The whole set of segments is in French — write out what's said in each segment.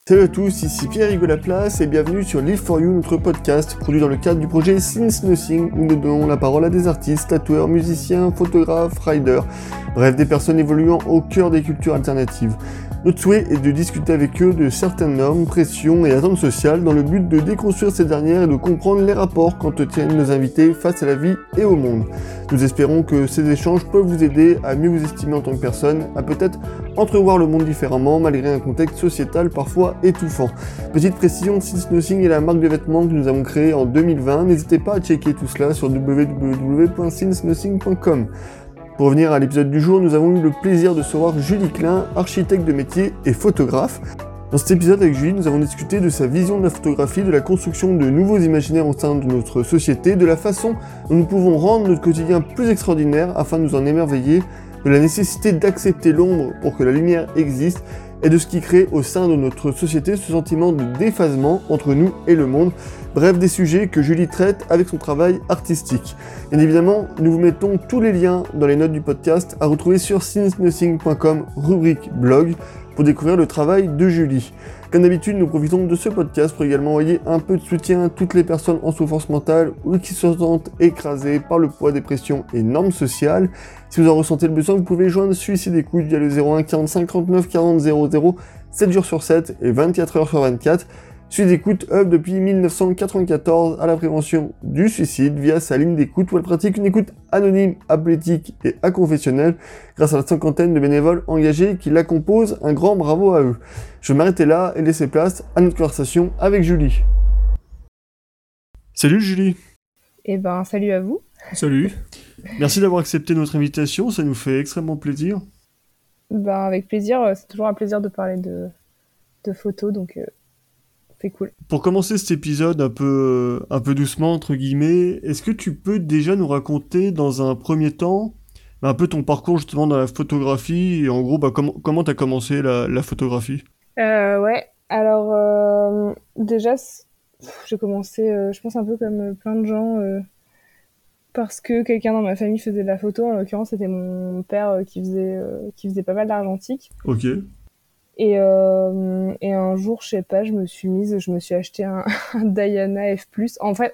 Salut à tous, ici Pierre-Hugo Laplace et bienvenue sur Live for You, notre podcast produit dans le cadre du projet Since Nothing où nous donnons la parole à des artistes, tatoueurs, musiciens, photographes, riders, bref des personnes évoluant au cœur des cultures alternatives. Notre souhait est de discuter avec eux de certaines normes, pressions et attentes sociales dans le but de déconstruire ces dernières et de comprendre les rapports qu'entretiennent nos invités face à la vie et au monde. Nous espérons que ces échanges peuvent vous aider à mieux vous estimer en tant que personne, à peut-être entrevoir le monde différemment malgré un contexte sociétal parfois étouffant. Petite précision, Since Nothing est la marque de vêtements que nous avons créée en 2020. N'hésitez pas à checker tout cela sur www.sincenothing.com. Pour revenir à l'épisode du jour, nous avons eu le plaisir de recevoir Julie Klein, architecte de métier et photographe. Dans cet épisode avec Julie, nous avons discuté de sa vision de la photographie, de la construction de nouveaux imaginaires au sein de notre société, de la façon dont nous pouvons rendre notre quotidien plus extraordinaire afin de nous en émerveiller, de la nécessité d'accepter l'ombre pour que la lumière existe, et de ce qui crée au sein de notre société ce sentiment de déphasement entre nous et le monde. Bref, des sujets que Julie traite avec son travail artistique. Bien évidemment, nous vous mettons tous les liens dans les notes du podcast à retrouver sur sincenothing.com, rubrique blog, pour découvrir le travail de Julie. Comme d'habitude, nous profitons de ce podcast pour également envoyer un peu de soutien à toutes les personnes en souffrance mentale ou qui se sentent écrasées par le poids des pressions et normes sociales. Si vous en ressentez le besoin, vous pouvez joindre Suicide Écoute via le 01 45 39 40 00, 7 jours sur 7 et 24 heures sur 24. Suicide Écoute œuvre depuis 1994 à la prévention du suicide via sa ligne d'écoute où elle pratique une écoute anonyme, apolitique et aconfessionnelle grâce à la cinquantaine de bénévoles engagés qui la composent. Un grand bravo à eux. Je vais m'arrêter là et laisser place à notre conversation avec Julie. Salut Julie. Salut à vous. Salut. Merci d'avoir accepté notre invitation, ça nous fait extrêmement plaisir. Avec plaisir, c'est toujours un plaisir de parler de photos, donc c'est cool. Pour commencer cet épisode un peu doucement, entre guillemets, est-ce que tu peux déjà nous raconter dans un premier temps un peu ton parcours justement dans la photographie et en gros comment t'as commencé la photographie? Ouais, alors déjà j'ai commencé, je pense un peu comme plein de gens, parce que quelqu'un dans ma famille faisait de la photo. En l'occurrence, c'était mon père qui faisait pas mal d'argentique. Ok. Et un jour, je sais pas, je me suis acheté un Diana F+. En fait,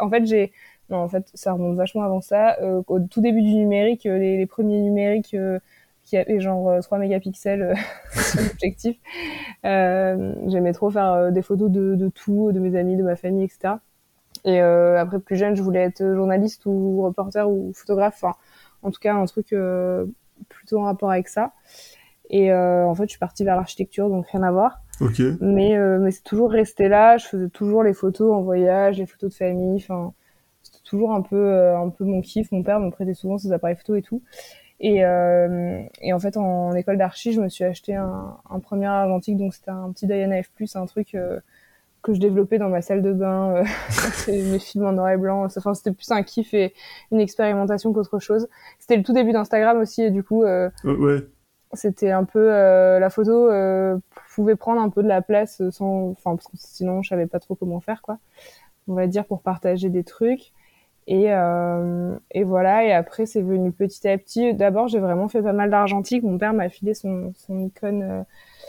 ça remonte vachement avant ça. Au tout début du numérique, les premiers numériques qui avaient genre 3 mégapixels sur l'objectif. J'aimais trop faire des photos de tout, de mes amis, de ma famille, etc. Et après, plus jeune, je voulais être journaliste ou reporter ou photographe. Enfin, en tout cas, un truc plutôt en rapport avec ça. Et en fait, je suis partie vers l'architecture, donc rien à voir. Ok. Mais c'est toujours resté là. Je faisais toujours les photos en voyage, les photos de famille. Enfin, c'était toujours un peu mon kiff. Mon père me prêtait souvent ses appareils photo et tout. Et en fait, en école d'archi, je me suis acheté un premier argentique. Donc c'était un petit Diana F+, un truc que je développais dans ma salle de bain. Mes films en noir et blanc. Enfin, c'était plus un kiff et une expérimentation qu'autre chose. C'était le tout début d'Instagram aussi, et du coup. Ouais. C'était un peu la photo pouvait prendre un peu de la place parce que sinon je savais pas trop comment faire, quoi, on va dire, pour partager des trucs. Et voilà, et après c'est venu petit à petit. D'abord, j'ai vraiment fait pas mal d'argentique. Mon père m'a filé son Nikon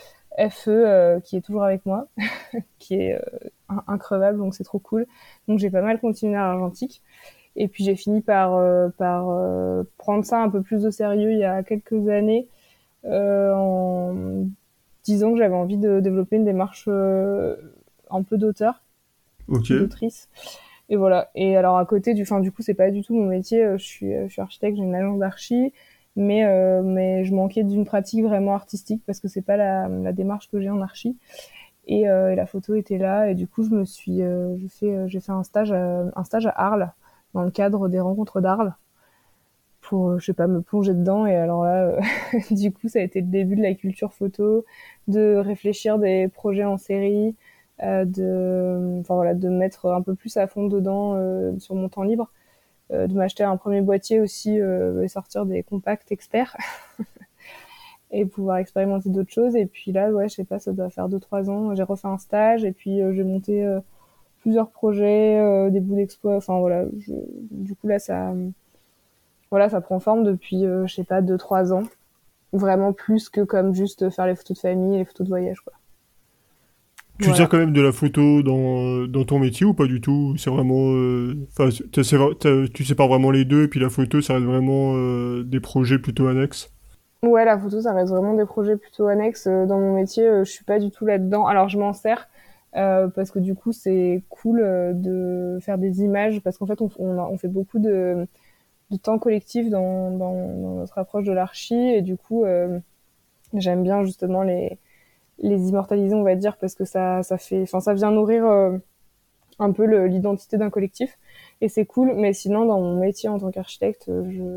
FE qui est toujours avec moi qui est increvable, donc c'est trop cool. Donc j'ai pas mal continué à l'argentique. Et puis j'ai fini par prendre ça un peu plus au sérieux il y a quelques années, en disant que j'avais envie de développer une démarche un peu d'auteur, d'autrice. Et voilà. Et alors à côté du coup c'est pas du tout mon métier. Je suis architecte, j'ai une agence d'archi, mais je manquais d'une pratique vraiment artistique parce que c'est pas la démarche que j'ai en archi. Et la photo était là, et du coup j'ai fait un stage à Arles dans le cadre des rencontres d'Arles pour, je sais pas, me plonger dedans. Et alors là, du coup, ça a été le début de la culture photo, de réfléchir des projets en série, de me mettre un peu plus à fond dedans sur mon temps libre, de m'acheter un premier boîtier aussi et sortir des compacts experts et pouvoir expérimenter d'autres choses. Et puis là, ouais, je sais pas, ça doit faire 2-3 ans, j'ai refait un stage et puis j'ai monté plusieurs projets, des bouts d'exploit. Enfin voilà, du coup là, ça prend forme depuis, je sais pas, 2-3 ans. Vraiment plus que comme juste faire les photos de famille et les photos de voyage, quoi. Tu sers Voilà. quand même de la photo dans ton métier ou pas du tout? C'est vraiment... Enfin, tu sépares vraiment les deux et puis la photo, ça reste vraiment des projets plutôt annexes. Ouais, la photo, ça reste vraiment des projets plutôt annexes. Dans mon métier, je suis pas du tout là-dedans. Alors, je m'en sers parce que du coup, c'est cool de faire des images parce qu'en fait, on fait beaucoup de temps collectif dans notre approche de l'archi et du coup, j'aime bien justement les immortaliser, on va dire, parce que ça fait, enfin, ça vient nourrir un peu l'identité d'un collectif et c'est cool. Mais sinon, dans mon métier en tant qu'architecte,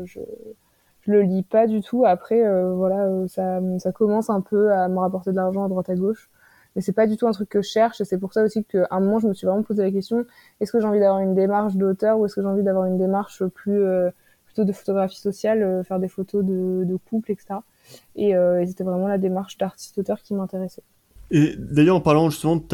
je le lis pas du tout. Après, voilà, ça commence un peu à me rapporter de l'argent à droite à gauche. Mais c'est pas du tout un truc que je cherche. Et c'est pour ça aussi qu'à un moment, je me suis vraiment posé la question, est-ce que j'ai envie d'avoir une démarche d'auteur ou est-ce que j'ai envie d'avoir une démarche plutôt de photographie sociale, faire des photos de couple, etc. Et c'était vraiment la démarche d'artiste-auteur qui m'intéressait. Et d'ailleurs, en parlant justement de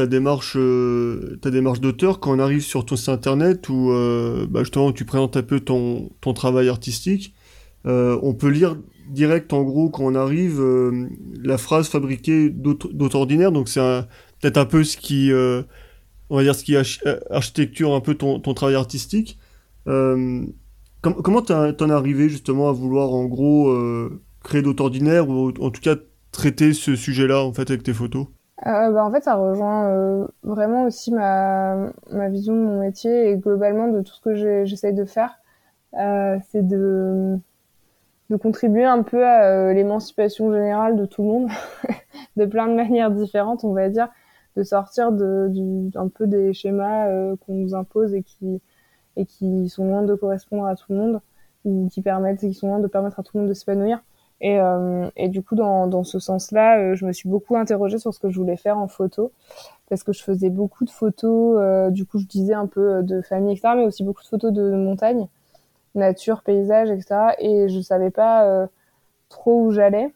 ta démarche d'auteur, quand on arrive sur ton site internet où bah, justement tu présentes un peu ton travail artistique, on peut lire direct en gros quand on arrive la phrase fabriquée d'auteur ordinaire. Donc peut-être un peu ce qui, on va dire ce qui architecture un peu ton travail artistique. Euh, comment t'en es arrivé justement à vouloir en gros créer d'auteur ordinaire ou en tout cas traiter ce sujet-là en fait avec tes photos? En fait, ça rejoint vraiment aussi ma vision de mon métier et globalement de tout ce que j'essaye de faire. C'est de contribuer un peu à l'émancipation générale de tout le monde, de plein de manières différentes, on va dire, de sortir un peu des schémas qu'on nous impose et qui sont loin de correspondre à tout le monde, ou qui sont loin de permettre à tout le monde de s'épanouir. Et du coup, dans ce sens-là, je me suis beaucoup interrogée sur ce que je voulais faire en photo, parce que je faisais beaucoup de photos, du coup, je disais un peu de famille, etc., mais aussi beaucoup de photos de montagne, nature, paysage, etc. Et je savais pas trop où j'allais.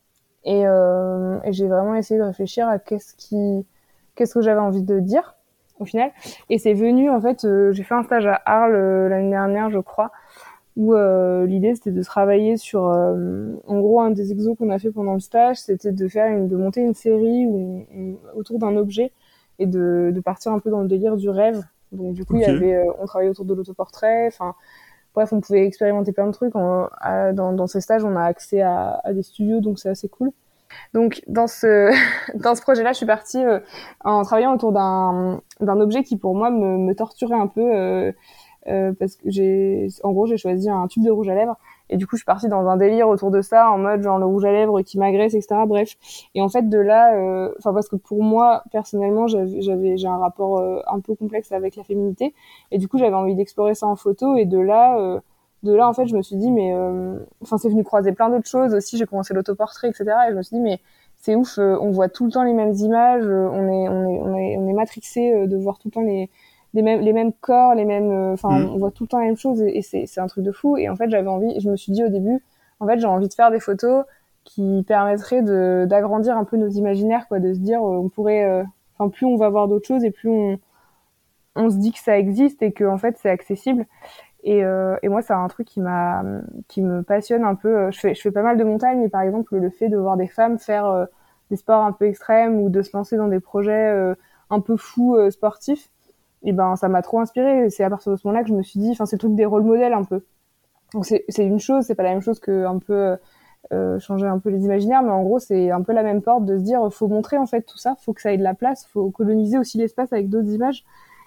Et j'ai vraiment essayé de réfléchir à qu'est-ce que j'avais envie de dire au final. Et c'est venu en fait, j'ai fait un stage à Arles l'année dernière, je crois, où l'idée c'était de travailler sur, en gros, un des exos qu'on a fait pendant le stage, c'était de monter une série autour d'un objet et de partir un peu dans le délire du rêve. Donc du coup, il y Ok. avait, on travaillait autour de l'autoportrait. Enfin, bref, on pouvait expérimenter plein de trucs. Dans ces stages, on a accès à des studios, donc c'est assez cool. Donc dans ce projet-là, je suis partie en travaillant autour d'un objet qui pour moi me torturait un peu parce que en gros j'ai choisi un tube de rouge à lèvres et du coup je suis partie dans un délire autour de ça en mode genre le rouge à lèvres qui m'agresse, etc. Bref, et en fait de là, enfin parce que pour moi personnellement j'ai un rapport un peu complexe avec la féminité et du coup j'avais envie d'explorer ça en photo et de là en fait je me suis dit mais enfin c'est venu croiser plein d'autres choses aussi. J'ai commencé l'autoportrait, etc. Et je me suis dit mais c'est ouf, on voit tout le temps les mêmes images, on est matrixé de voir tout le temps les mêmes corps, enfin, Hmm. on voit tout le temps la même chose et c'est un truc de fou. Et en fait, je me suis dit au début, en fait, j'ai envie de faire des photos qui permettraient d'agrandir un peu nos imaginaires, quoi, de se dire, on pourrait, enfin, plus on va voir d'autres choses et plus on se dit que ça existe et que, en fait, c'est accessible. Et moi, c'est un truc qui me passionne un peu. Je fais pas mal de montagne, mais par exemple, le fait de voir des femmes faire des sports un peu extrêmes ou de se lancer dans des projets un peu fous sportifs, et ben ça m'a trop inspirée. C'est à partir de ce moment-là que je me suis dit, enfin c'est le truc des rôles modèles un peu. Donc c'est une chose, c'est pas la même chose que un peu changer un peu les imaginaires, mais en gros c'est un peu la même porte de se dire faut montrer en fait tout ça, faut que ça ait de la place, faut coloniser aussi l'espace avec d'autres images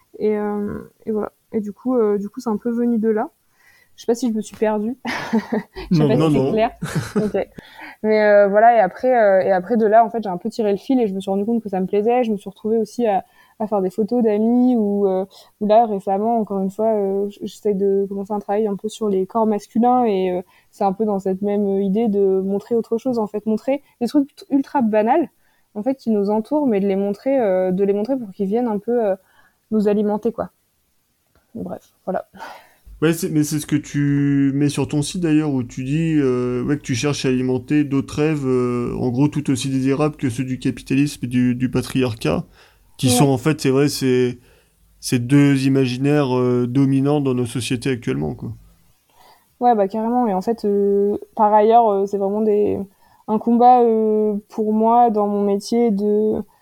et voilà. Et du coup c'est un peu venu de là. Je sais pas si je me suis perdue, je sais Non, pas non, si c'est non. clair. Ok. Mais voilà, et après de là, en fait, j'ai un peu tiré le fil et je me suis rendu compte que ça me plaisait. Je me suis retrouvée aussi à faire des photos d'amis ou là, récemment, encore une fois, j'essaie de commencer un travail un peu sur les corps masculins et c'est un peu dans cette même idée de montrer autre chose, en fait, montrer des trucs ultra banals, en fait, qui nous entourent, mais de les montrer pour qu'ils viennent un peu nous alimenter, quoi. Bref, voilà. Ouais, mais c'est ce que tu mets sur ton site d'ailleurs, où tu dis ouais, que tu cherches à alimenter d'autres rêves, en gros tout aussi désirables que ceux du capitalisme et du patriarcat, qui sont Ouais. en fait, c'est vrai, c'est deux imaginaires dominants dans nos sociétés actuellement, quoi. Ouais, bah carrément. Et en fait, par ailleurs, c'est vraiment un combat pour moi dans mon métier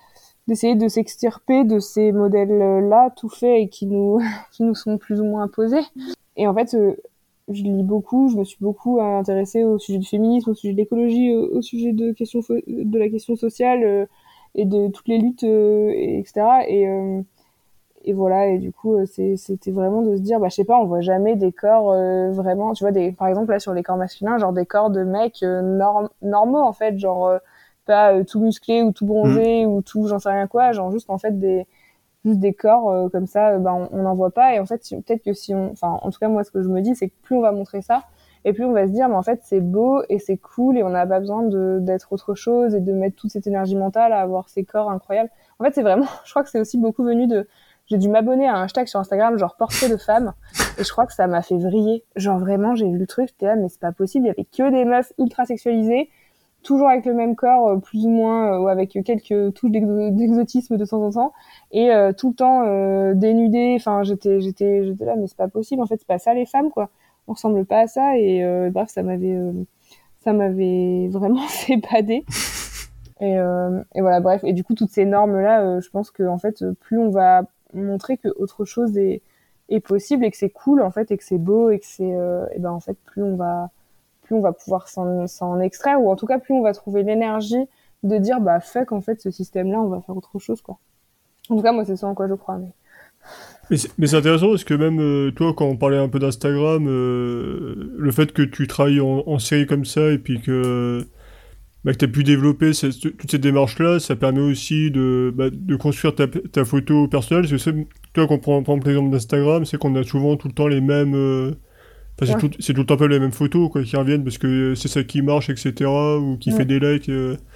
d'essayer de s'extirper de ces modèles-là tout faits et qui nous qui nous sont plus ou moins imposés. Et en fait, je lis beaucoup, je me suis beaucoup intéressée au sujet du féminisme, au sujet de l'écologie, au sujet de la question sociale et de toutes les luttes, etc. Et voilà, et du coup, c'était vraiment de se dire, bah, je sais pas, on voit jamais des corps vraiment, tu vois, par exemple, là, sur les corps masculins, genre des corps de mecs normaux, en fait, genre pas tout musclé ou tout bronzé ou tout, j'en sais rien quoi, genre juste, en fait, juste des corps comme ça, bah, on n'en voit pas. Et en fait, peut-être que enfin, en tout cas, moi, ce que je me dis, c'est que plus on va montrer ça, et plus on va se dire, mais en fait, c'est beau et c'est cool et on n'a pas besoin d'être autre chose et de mettre toute cette énergie mentale à avoir ces corps incroyables. En fait, c'est vraiment, je crois que c'est aussi beaucoup venu j'ai dû m'abonner à un hashtag sur Instagram, genre portrait de femme, et je crois que ça m'a fait vriller. Genre vraiment, j'ai vu le truc, j'étais là, mais c'est pas possible, il y avait que des meufs ultra sexualisées, toujours avec le même corps, plus ou moins, ou avec quelques touches d'exotisme de temps en temps, et tout le temps dénudées. Enfin, j'étais là, mais c'est pas possible. En fait, c'est pas ça les femmes, quoi. On ressemble pas à ça. Et bref, ça m'avait vraiment fait bader. Et voilà, bref. Et du coup, toutes ces normes-là, je pense que en fait, plus on va montrer que autre chose est possible et que c'est cool en fait et que c'est beau et que c'est, et ben en fait, plus on va pouvoir s'en extraire, ou en tout cas plus on va trouver l'énergie de dire bah fuck, en fait ce système là on va faire autre chose, quoi. En tout cas moi c'est ça en quoi je crois. Mais c'est intéressant parce que même toi, quand on parlait un peu d'Instagram, le fait que tu travailles en série comme ça et puis que tu as pu développer toutes ces démarches-là, ça permet aussi de construire ta photo personnelle. Parce que toi, quand on prend par exemple l'exemple d'Instagram, c'est qu'on a souvent tout le temps les mêmes. Enfin, Ouais. c'est tout le temps un peu les mêmes photos quoi, qui reviennent parce que c'est ça qui marche, etc. Ou qui fait des likes.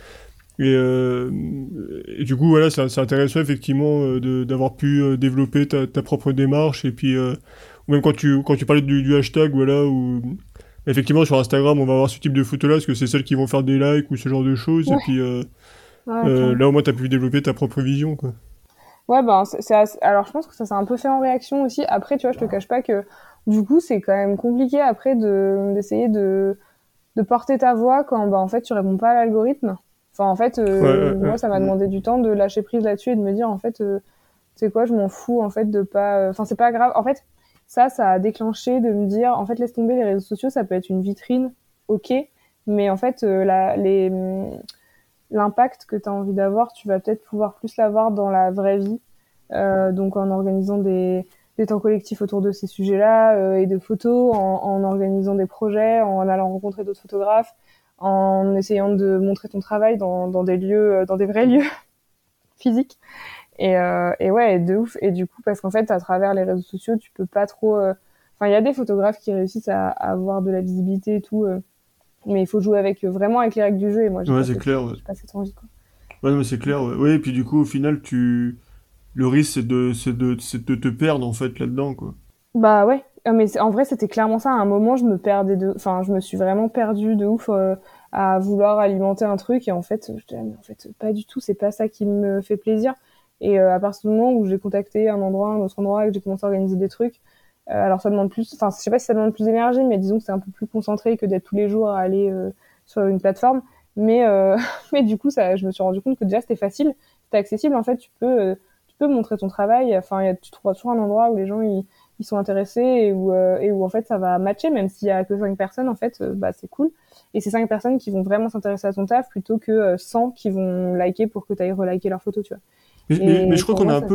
Et du coup, voilà, c'est intéressant effectivement d'avoir pu développer ta propre démarche. Et puis, ou même quand tu parlais du hashtag, voilà, où effectivement sur Instagram, on va avoir ce type de photos-là, parce que c'est celles qui vont faire des likes ou ce genre de choses. Et Ouais, puis ouais, clairement. là, au moins, tu as pu développer ta propre vision, quoi. Ouais, ben, alors je pense que ça s'est un peu fait en réaction aussi. Après, tu vois, je te cache pas que du coup, c'est quand même compliqué après d'essayer de porter ta voix quand, bah, en fait, tu réponds pas à l'algorithme. Enfin, en fait, Ouais, ouais, moi, ouais. ça m'a demandé du temps de lâcher prise là-dessus et de me dire, en fait, tu sais quoi, je m'en fous, en fait, de pas, enfin, c'est pas grave. En fait, ça a déclenché de me dire, en fait, laisse tomber les réseaux sociaux, ça peut être une vitrine, ok, mais en fait, l'impact que tu as envie d'avoir, tu vas peut-être pouvoir plus l'avoir dans la vraie vie. Donc en organisant des temps collectifs autour de ces sujets-là et de photos, en organisant des projets, en allant rencontrer d'autres photographes, en essayant de montrer ton travail dans des lieux, dans des vrais lieux physiques. Et ouais, de ouf. Et du coup, parce qu'en fait, à travers les réseaux sociaux, tu peux pas trop. Enfin, il y a des photographes qui réussissent à avoir de la visibilité et tout, mais il faut jouer avec vraiment avec les règles du jeu. Et moi, Ouais, c'est clair. Ouais, j'ai pas cette envie, quoi. ouais, non, mais c'est clair. Ouais. Ouais, et puis du coup, au final, le risque, c'est de te perdre en fait là-dedans, quoi. Bah ouais, mais en vrai c'était clairement ça. À un moment je me perdais enfin je me suis vraiment perdue de ouf à vouloir alimenter un truc et en fait je disais, mais en fait pas du tout, c'est pas ça qui me fait plaisir. Et à partir du moment où j'ai contacté un autre endroit et que j'ai commencé à organiser des trucs, alors ça demande plus, enfin je sais pas si ça demande plus d'énergie, mais disons que c'est un peu plus concentré que d'être tous les jours à aller sur une plateforme. Mais mais du coup ça, je me suis rendu compte que déjà c'était facile, c'était accessible. En fait tu peux montrer ton travail. Enfin tu trouveras toujours un endroit où les gens ils sont intéressés et où en fait ça va matcher, même s'il y a que 5 personnes en fait, bah c'est cool. Et c'est 5 personnes qui vont vraiment s'intéresser à ton taf plutôt que 100 qui vont liker pour que tu ailles reliker leur photo, tu vois. Mais Et je crois pour qu'on a moi ça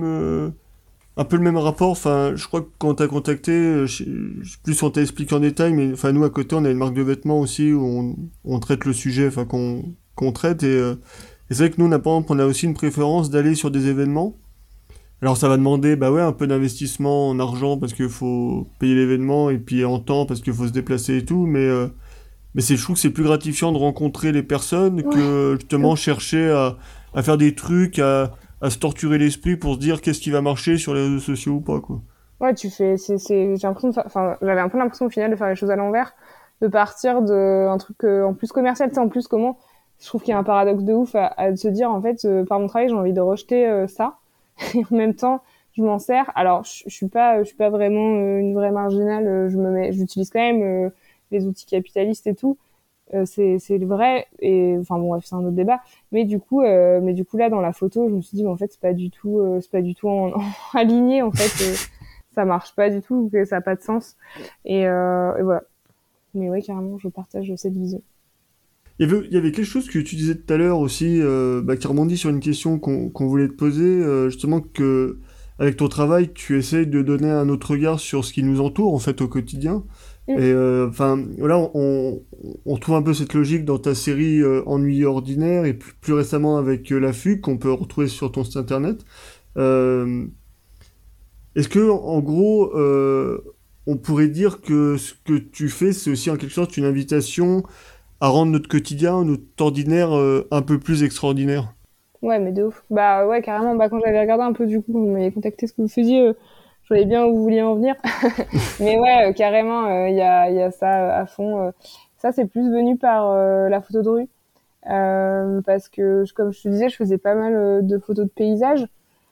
un peu le même rapport. Enfin, je crois que quand t'as contacté, je sais plus si on t'a expliqué en détail, mais enfin nous à côté, on a une marque de vêtements aussi où on traite le sujet, enfin qu'on traite et c'est vrai que nous, on a aussi une préférence d'aller sur des événements. Alors ça va demander bah ouais un peu d'investissement en argent parce qu'il faut payer l'événement et puis en temps parce qu'il faut se déplacer et tout, mais je trouve que c'est plus gratifiant de rencontrer les personnes ouais, que de justement ouf. chercher à faire des trucs, à se torturer l'esprit pour se dire qu'est-ce qui va marcher sur les réseaux sociaux ou pas, quoi. Ouais, tu fais j'ai l'impression enfin j'avais un peu l'impression au final de faire les choses à l'envers, de partir de un truc en plus commercial, tu sais. En plus comment je trouve qu'il y a un paradoxe de ouf à se dire en fait par mon travail, j'ai envie de rejeter ça. Et en même temps je m'en sers. Alors je suis pas vraiment une vraie marginale, j'utilise quand même les outils capitalistes et tout, c'est le vrai. Et enfin bon, bref, c'est un autre débat. Mais du coup, là, dans la photo, je me suis dit, en fait, c'est pas du tout aligné. En fait, ça marche pas du tout, que ça a pas de sens. Et voilà. Mais ouais, carrément, je partage cette vision. Il y avait quelque chose que tu disais tout à l'heure aussi, qui rebondit sur une question qu'on voulait te poser, justement que avec ton travail, tu essayes de donner un autre regard sur ce qui nous entoure en fait au quotidien. Mm. Et enfin, voilà, on retrouve un peu cette logique dans ta série Ennui ordinaire et plus récemment avec La Fugue qu'on peut retrouver sur ton site internet. Euh, Est-ce que, en gros, on pourrait dire que ce que tu fais, c'est aussi en quelque sorte une invitation à rendre notre quotidien, notre ordinaire, un peu plus extraordinaire? Ouais, mais de ouf. Bah ouais, carrément. Bah quand j'avais regardé un peu du coup, vous m'avez contacté ce que vous faisiez, je voyais bien où vous vouliez en venir. Mais ouais, carrément, il y a ça à fond. Ça, c'est plus venu par la photo de rue. Parce que, comme je te disais, je faisais pas mal de photos de paysages.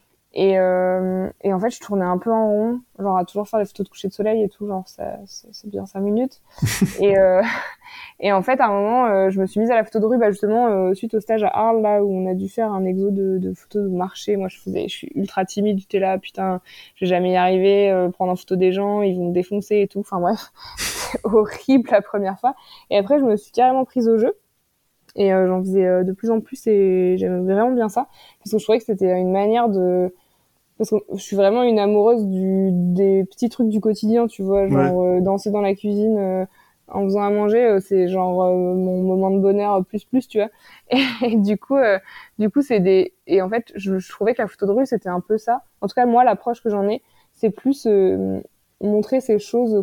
Et en fait, je tournais un peu en rond, genre à toujours faire des photos de coucher de soleil et tout, genre ça, c'est bien 5 minutes. Et, et en fait, à un moment, je me suis mise à la photo de rue, bah justement, suite au stage à Arles, là, où on a dû faire un exo de photos de marché. Moi, je suis ultra timide, j'étais là, putain, je vais jamais y arriver, prendre en photo des gens, ils vont me défoncer et tout. Enfin bref, c'est horrible la première fois. Et après, je me suis carrément prise au jeu. Et j'en faisais de plus en plus et j'aimais vraiment bien ça. Parce que je trouvais que c'était une manière de parce que je suis vraiment une amoureuse des petits trucs du quotidien, tu vois, Ouais. genre danser dans la cuisine en faisant à manger, c'est genre mon moment de bonheur plus, tu vois. Et du coup c'est des et en fait je trouvais que la photo de rue c'était un peu ça. En tout cas moi l'approche que j'en ai, c'est plus montrer ces choses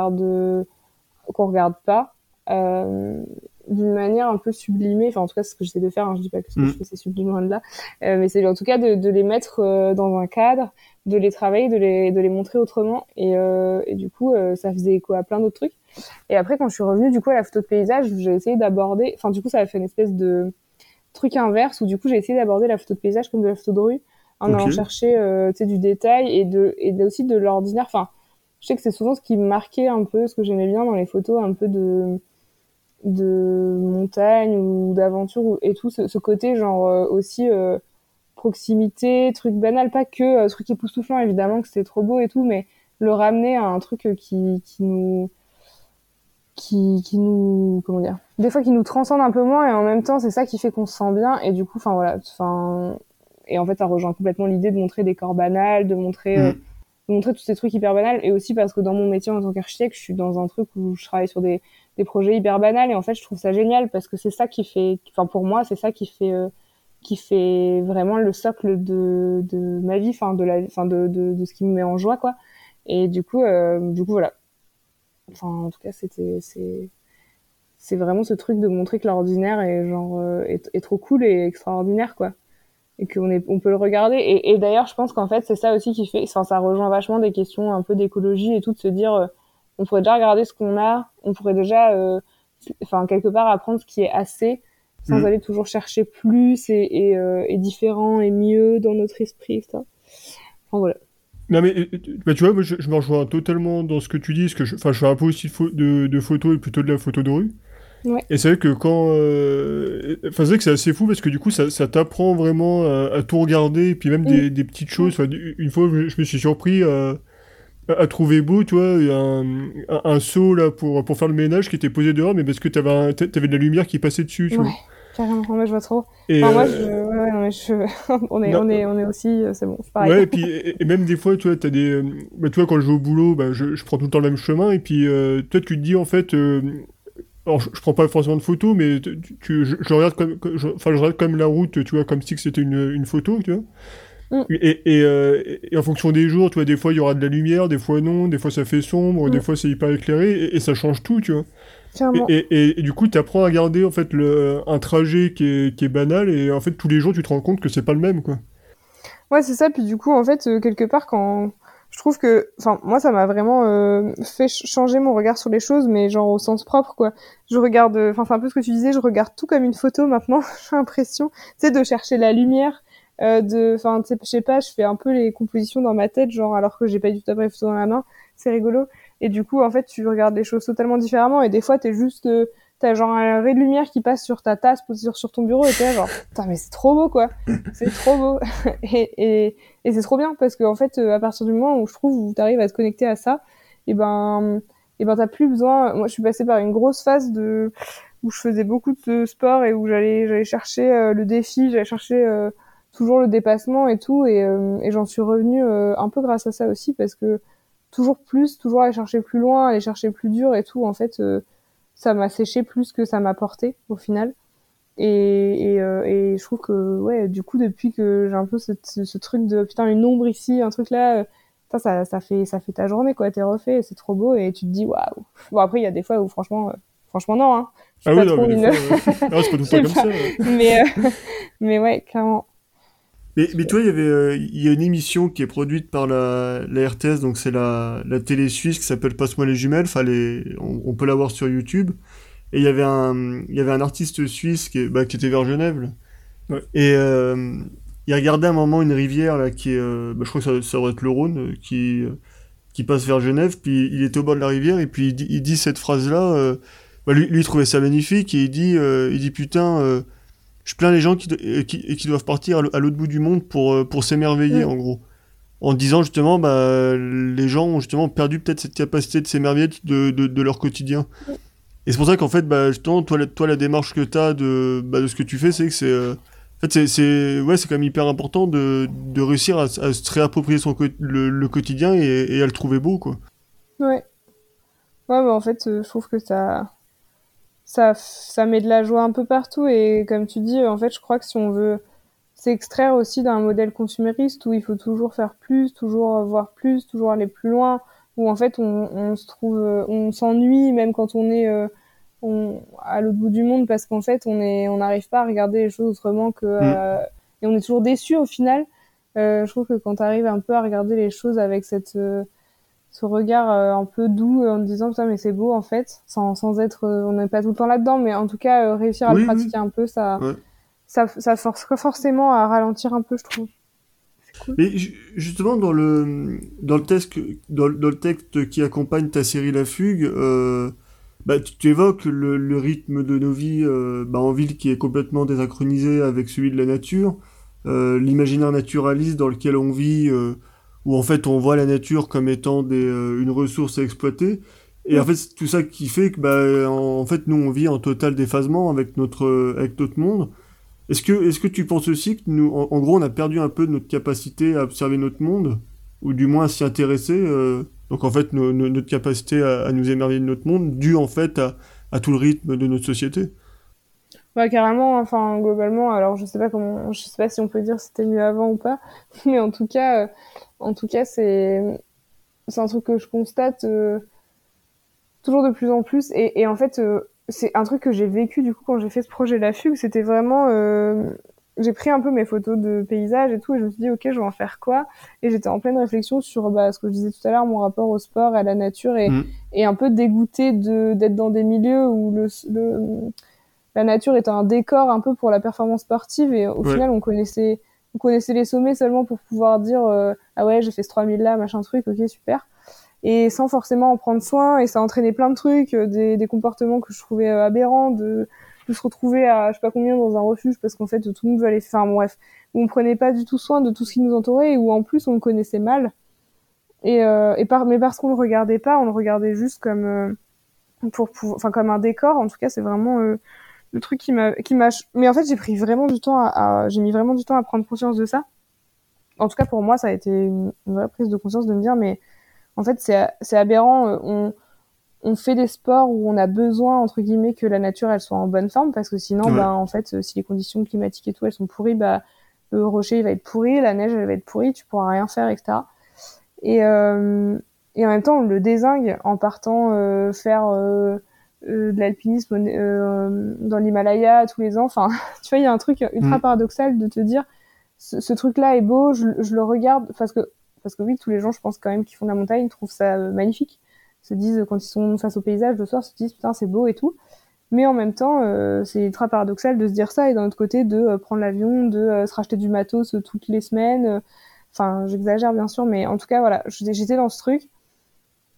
qu'on regarde pas. D'une manière un peu sublimée, enfin en tout cas c'est ce que j'essaie de faire, hein. Je dis pas que ce que je Mm. fais c'est sublime loin de là, mais c'est en tout cas de les mettre dans un cadre, de les travailler, de les montrer autrement, et du coup ça faisait écho à plein d'autres trucs. Et après quand je suis revenue du coup à la photo de paysage, j'ai essayé d'aborder, enfin du coup ça a fait une espèce de truc inverse où du coup j'ai essayé d'aborder la photo de paysage comme de la photo de rue, en Ok. allant chercher tu sais du détail aussi de l'ordinaire. Enfin je sais que c'est souvent ce qui me marquait un peu, ce que j'aimais bien dans les photos un peu de montagne ou d'aventure et tout ce côté genre aussi proximité, truc banal, pas que truc époustouflant évidemment que c'est trop beau et tout, mais le ramener à un truc qui nous comment dire, des fois qui nous transcende un peu moins et en même temps c'est ça qui fait qu'on se sent bien. Et du coup enfin voilà, enfin et en fait ça rejoint complètement l'idée de montrer des corps banals, Mm. de montrer tous ces trucs hyper banals. Et aussi parce que dans mon métier en tant qu'architecte je suis dans un truc où je travaille sur des projets hyper banals, et en fait je trouve ça génial parce que c'est ça qui fait, enfin pour moi c'est ça qui fait vraiment le socle de ma vie, enfin de ce qui me met en joie quoi. Et du coup voilà, enfin en tout cas c'est vraiment ce truc de montrer que l'ordinaire est genre est trop cool et extraordinaire quoi, et on peut le regarder. Et d'ailleurs je pense qu'en fait c'est ça aussi qui fait, enfin ça rejoint vachement des questions un peu d'écologie et tout, de se dire on pourrait déjà regarder ce qu'on a, on pourrait déjà enfin quelque part apprendre ce qui est assez sans Mm. aller toujours chercher plus et différent et mieux dans notre esprit, ça. Enfin voilà. Non mais bah, tu vois, moi je me rejoins totalement dans ce que tu dis, parce que enfin, je fais un peu aussi de photos et plutôt de la photo de rue. Ouais. Et c'est vrai que quand... Enfin, c'est vrai que c'est assez fou parce que du coup, ça t'apprend vraiment à tout regarder, et puis même Mm. des petites Ouais. choses. Enfin, une fois, je me suis surpris à trouver beau, tu vois, un seau là pour faire le ménage qui était posé dehors, mais parce que t'avais de la lumière qui passait dessus, tu vois. Ouais. Carrément. Moi je vois trop. Et Enfin moi ouais, non, mais non, on est aussi c'est bon, c'est pareil. ouais, et puis et même des fois, tu vois, t'as des... bah, tu vois, quand je vais au boulot, bah, je prends tout le temps le même chemin, et puis toi, tu te dis, en fait... alors, je prends pas forcément de photos, mais je regarde enfin, je regarde quand même la route, tu vois, comme si que c'était une photo, tu vois. Mm. Et en fonction des jours, tu vois, des fois il y aura de la lumière, des fois non, des fois ça fait sombre, des Mm. fois c'est hyper éclairé, et ça change tout, tu vois. Clairement. Et du coup, tu apprends à garder en fait un trajet qui est banal, et en fait tous les jours tu te rends compte que c'est pas le même, quoi. Ouais, c'est ça. Puis du coup, en fait, quelque part, quand je trouve que, enfin, moi, ça m'a vraiment fait changer mon regard sur les choses, mais genre au sens propre, quoi. Je regarde, enfin, c'est un peu ce que tu disais, je regarde tout comme une photo maintenant. J'ai l'impression, tu sais, de chercher la lumière, enfin, tu sais, je sais pas, je fais un peu les compositions dans ma tête, genre alors que j'ai pas du tout la photo dans la main. C'est rigolo. Et du coup, en fait, tu regardes les choses totalement différemment. Et des fois, t'es juste, t'as genre un ray de lumière qui passe sur ta tasse posée sur ton bureau et t'es là genre putain mais c'est trop beau quoi, c'est trop beau et c'est trop bien parce que en fait à partir du moment où je trouve où t'arrives à te connecter à ça, et ben t'as plus besoin. Moi je suis passée par une grosse phase de où je faisais beaucoup de sport et où j'allais chercher le défi, j'allais chercher toujours le dépassement et tout et j'en suis revenue un peu grâce à ça aussi parce que toujours plus, toujours aller chercher plus loin, aller chercher plus dur et tout, en fait ça m'a séché plus que ça m'a porté au final. Et je trouve que ouais, du coup depuis que j'ai un peu ce truc de putain une ombre ici, un truc là, putain, ça fait ta journée quoi, t'es refait, c'est trop beau et tu te dis waouh. Bon après il y a des fois où franchement non hein. Je suis Ah oui, pas non, trop mais des une fois, ah, c'est pas tout je le sais temps comme pas. ça. Ouais. Mais ouais, clairement. Mais toi, il y a une émission qui est produite par la RTS, donc c'est la télé suisse qui s'appelle Passe-moi les jumelles. Enfin, on peut la voir sur YouTube. Et il y avait un artiste suisse qui était vers Genève. Là. Ouais. Et il regardait un moment une rivière là qui est, je crois que ça doit être le Rhône, qui passe vers Genève. Puis il était au bord de la rivière et puis il dit cette phrase-là. Lui, il trouvait ça magnifique et il dit putain. Je plains les gens qui doivent partir à l'autre bout du monde pour s'émerveiller, Mm. en gros. En disant justement, bah, les gens ont justement perdu peut-être cette capacité de s'émerveiller de leur quotidien. Et c'est pour ça qu'en fait, bah, justement, toi, la démarche que tu as de ce que tu fais, c'est que en fait, c'est quand même hyper important de réussir à se réapproprier le quotidien et à le trouver beau, quoi. Ouais. Ouais, bah en fait, je trouve que ça met de la joie un peu partout et comme tu dis, en fait, je crois que si on veut s'extraire aussi d'un modèle consumériste où il faut toujours faire plus, toujours voir plus, toujours aller plus loin, où en fait on se trouve, on s'ennuie même quand on est à l'autre bout du monde parce qu'en fait on n'arrive pas à regarder les choses autrement que Mm. et on est toujours déçu au final. Je trouve que quand tu arrives un peu à regarder les choses avec ce regard un peu doux en te disant putain mais c'est beau en fait sans être on n'est pas tout le temps là-dedans mais en tout cas réussir à le Oui, oui. pratiquer un peu Ouais. ça force forcément à ralentir un peu je trouve. C'est cool. Mais justement, dans le texte qui accompagne ta série La Fugue, bah, tu évoques le rythme de nos vies en ville qui est complètement désynchronisé avec celui de la nature, l'imaginaire naturaliste dans lequel on vit, où en fait on voit la nature comme étant une ressource à exploiter. Et en Mm. fait, c'est tout ça qui fait que bah, en fait, nous, on vit en total déphasement avec notre monde. Est-ce que tu penses aussi que nous, en gros, on a perdu un peu de notre capacité à observer notre monde, ou du moins à s'y intéresser, donc en fait, notre capacité à nous émerveiller de notre monde, due en fait à tout le rythme de notre société. Bah carrément enfin globalement alors je sais pas si on peut dire si c'était mieux avant ou pas mais en tout cas c'est un truc que je constate toujours de plus en plus et en fait c'est un truc que j'ai vécu du coup quand j'ai fait ce projet La Fugue c'était vraiment j'ai pris un peu mes photos de paysages et tout et je me suis dit ok je vais en faire quoi et j'étais en pleine réflexion sur bah, ce que je disais tout à l'heure mon rapport au sport et à la nature Mm. et un peu dégoûtée d'être dans des milieux où la nature est un décor un peu pour la performance sportive et au Ouais. final on connaissait les sommets seulement pour pouvoir dire ah ouais j'ai fait ce 3000 là machin truc ok super et sans forcément en prendre soin et ça entraînait plein de trucs des comportements que je trouvais aberrants de se retrouver à je sais pas combien dans un refuge parce qu'en fait tout le monde veut aller faire bref où on prenait pas du tout soin de tout ce qui nous entourait et où en plus on le connaissait mal mais parce qu'on le regardait pas on le regardait juste comme enfin comme un décor en tout cas c'est vraiment le truc qui m'a mais en fait j'ai pris vraiment du temps j'ai mis vraiment du temps à prendre conscience de ça en tout cas pour moi ça a été une vraie prise de conscience de me dire mais en fait c'est aberrant on fait des sports où on a besoin entre guillemets que la nature elle soit en bonne forme parce que sinon Ouais. bah en fait si les conditions climatiques et tout elles sont pourries bah le rocher il va être pourri la neige elle va être pourrie tu pourras rien faire etc et et en même temps on le dézingue en partant faire de l'alpinisme dans l'Himalaya tous les ans. Enfin, tu vois, il y a un truc ultra Mm. paradoxal de te dire ce truc-là est beau, je le regarde parce que oui, tous les gens, je pense quand même qui font de la montagne trouvent ça magnifique. Se disent quand ils sont face au paysage le soir, se disent putain c'est beau et tout. Mais en même temps, c'est ultra paradoxal de se dire ça et d'un autre côté de prendre l'avion, de se racheter du matos toutes les semaines. Enfin, j'exagère bien sûr, mais en tout cas voilà, j'étais dans ce truc.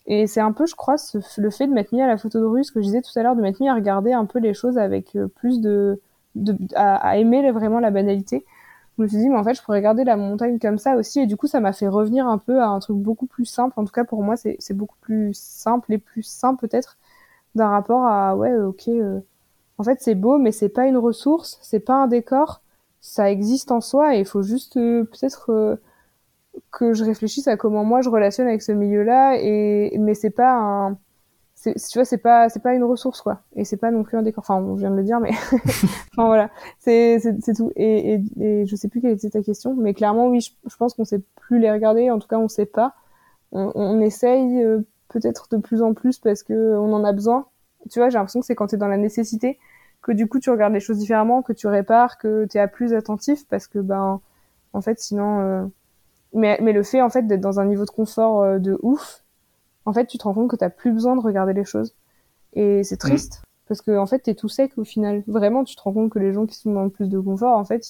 Et c'est un peu, je crois, le fait de m'être mis à la photo de rue, ce que je disais tout à l'heure, de m'être mis à regarder un peu les choses avec plus à aimer vraiment la banalité. Je me suis dit, mais en fait, je pourrais regarder la montagne comme ça aussi. Et du coup, ça m'a fait revenir un peu à un truc beaucoup plus simple. En tout cas, pour moi, c'est beaucoup plus simple et plus sain peut-être d'un rapport à, ouais, ok, en fait, c'est beau, mais c'est pas une ressource, c'est pas un décor. Ça existe en soi et il faut juste peut-être que je réfléchisse à comment moi je relationne avec ce milieu-là. Mais c'est pas un, tu vois, c'est pas une ressource quoi. Et c'est pas non plus un décor. Enfin, bon, je viens de le dire, mais enfin voilà, c'est tout. Et je sais plus quelle était ta question, mais clairement oui, je pense qu'on sait plus les regarder. En tout cas, on sait pas. On essaye peut-être de plus en plus parce que on en a besoin. Tu vois, j'ai l'impression que c'est quand t'es dans la nécessité que du coup tu regardes les choses différemment, que tu répares, que t'es à plus attentif parce que ben en fait sinon. Mais le fait en fait d'être dans un niveau de confort de ouf, en fait tu te rends compte que t'as plus besoin de regarder les choses. Et c'est triste parce que en fait t'es tout sec au final. Vraiment, tu te rends compte que les gens qui sont dans le plus de confort, en fait,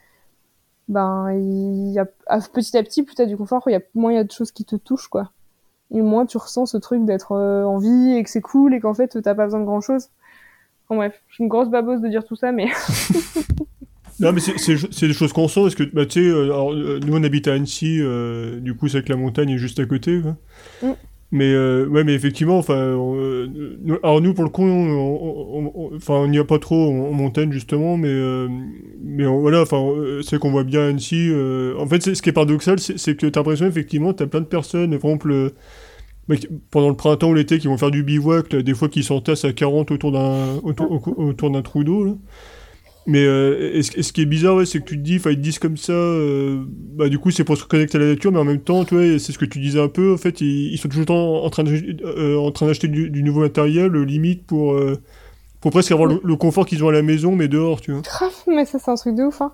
il y a petit à petit, plus t'as du confort, il y a moins il y a de choses qui te touchent quoi. Et moins tu ressens ce truc d'être en vie et que c'est cool et qu'en fait t'as pas besoin de grand chose. Enfin bref, je suis une grosse babose de dire tout ça, mais Non, mais c'est des choses qu'on sent, parce que, bah, tu sais, nous, on habite à Annecy, du coup, c'est que la montagne est juste à côté, quoi. Mm. Mais, ouais, mais effectivement, enfin, alors nous, pour le coup, enfin, on n'y a pas trop en montagne, justement, mais voilà, enfin, c'est qu'on voit bien Annecy, en fait, ce qui est paradoxal, c'est que t'as l'impression, effectivement, t'as plein de personnes, par exemple, pendant le printemps ou l'été, qui vont faire du bivouac, là, des fois qui s'entassent à 40 autour d'un trou d'eau, là. Mais et ce qui est bizarre, ouais, c'est que tu te dis, enfin, ils te disent comme ça, bah du coup, c'est pour se reconnecter à la nature, mais en même temps, tu vois, c'est ce que tu disais un peu, en fait, ils sont toujours le temps en train d'acheter du nouveau matériel, limite, pour presque avoir le confort qu'ils ont à la maison, mais dehors, tu vois. grave, mais ça c'est un truc de ouf, hein.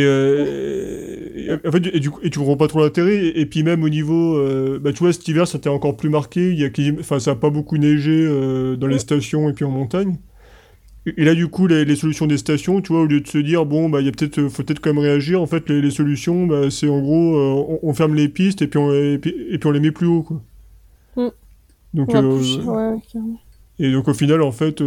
En fait, et tu comprends pas trop l'intérêt, et puis même au niveau, bah tu vois, cet hiver, ça t'est encore plus marqué, enfin, ça a pas beaucoup neigé dans les stations et puis en montagne. Et là, du coup, les solutions des stations, tu vois, au lieu de se dire, bon, bah, faut peut-être quand même réagir, en fait, les solutions, bah, c'est en gros, on ferme les pistes et puis on les met plus haut, quoi. Mm. Donc, Ouais, carrément. et donc, au final, en fait,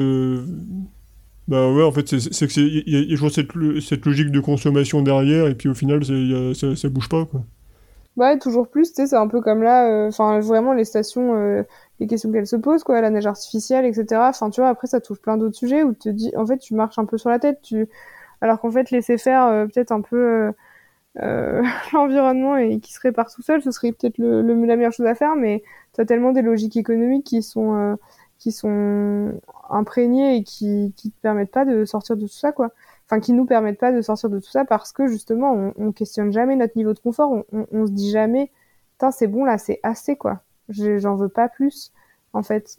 bah, ouais, en fait, il y a toujours cette logique de consommation derrière, et puis au final, ça bouge pas, quoi. Ouais, toujours plus, tu sais, c'est un peu comme là, enfin, vraiment, les stations, les questions qu'elles se posent, quoi, la neige artificielle, etc. Enfin, tu vois, après, ça touche plein d'autres sujets où tu te dis, en fait, tu marches un peu sur la tête, alors qu'en fait, laisser faire peut-être un peu l'environnement et qui se répare tout seul, ce serait peut-être la meilleure chose à faire, mais t'as tellement des logiques économiques qui sont imprégnées et qui te permettent pas de sortir de tout ça, quoi. Enfin, qui nous permettent pas de sortir de tout ça parce que justement, on questionne jamais notre niveau de confort, on se dit jamais, putain, c'est bon là, c'est assez, quoi. J'en veux pas plus, en fait.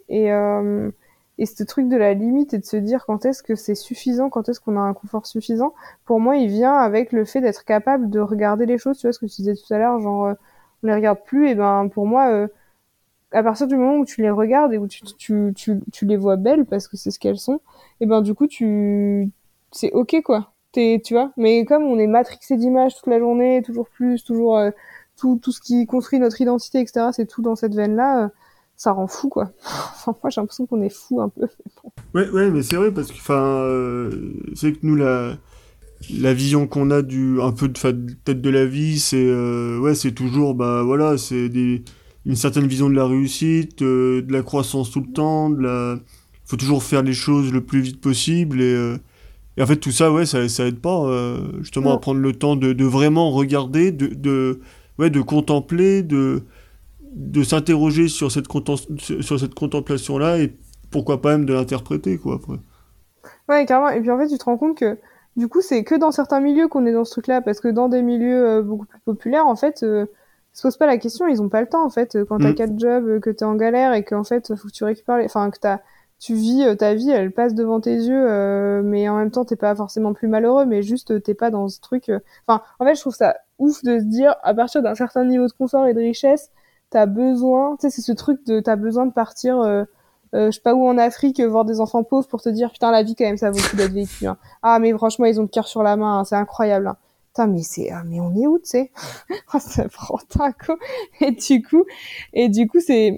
Et ce truc de la limite et de se dire quand est-ce que c'est suffisant, quand est-ce qu'on a un confort suffisant, pour moi, il vient avec le fait d'être capable de regarder les choses, tu vois ce que tu disais tout à l'heure, genre, on les regarde plus, et ben, pour moi, à partir du moment où tu les regardes et où tu les vois belles parce que c'est ce qu'elles sont, et ben, du coup, c'est ok, quoi. Tu vois, mais comme on est matrixé d'images toute la journée, toujours plus, toujours, tout ce qui construit notre identité, etc., c'est tout dans cette veine-là, ça rend fou, quoi. Enfin, moi, j'ai l'impression qu'on est fou un peu. Ouais, mais c'est vrai, parce que, enfin, c'est que nous, la vision qu'on a un peu peut-être de la vie, c'est, ouais, c'est toujours, bah, voilà, une certaine vision de la réussite, de la croissance tout le temps, faut toujours faire les choses le plus vite possible, et en fait, tout ça, ouais, ça aide pas, justement, à prendre le temps de vraiment regarder, ouais, de contempler, de s'interroger sur sur cette contemplation-là, et pourquoi pas même de l'interpréter, quoi, après. Ouais, carrément. Et puis en fait, tu te rends compte que du coup, c'est que dans certains milieux qu'on est dans ce truc-là, parce que dans des milieux beaucoup plus populaires, en fait, ils se posent pas la question, ils ont pas le temps, en fait. Quand t'as 4 jobs, que t'es en galère et qu'en fait, faut que tu récupères enfin, tu vis ta vie, elle passe devant tes yeux, mais en même temps, t'es pas forcément plus malheureux, mais juste, t'es pas dans ce truc. Enfin, en fait, je trouve ça ouf de se dire, à partir d'un certain niveau de confort et de richesse, t'as besoin, tu sais, c'est ce truc t'as besoin de partir. Je sais pas où en Afrique, voir des enfants pauvres pour te dire putain la vie quand même ça vaut le coup d'être vécu. Hein. Ah mais franchement ils ont le cœur sur la main, hein, c'est incroyable. Hein. Putain mais on est où tu sais? Ça prend un coup et du coup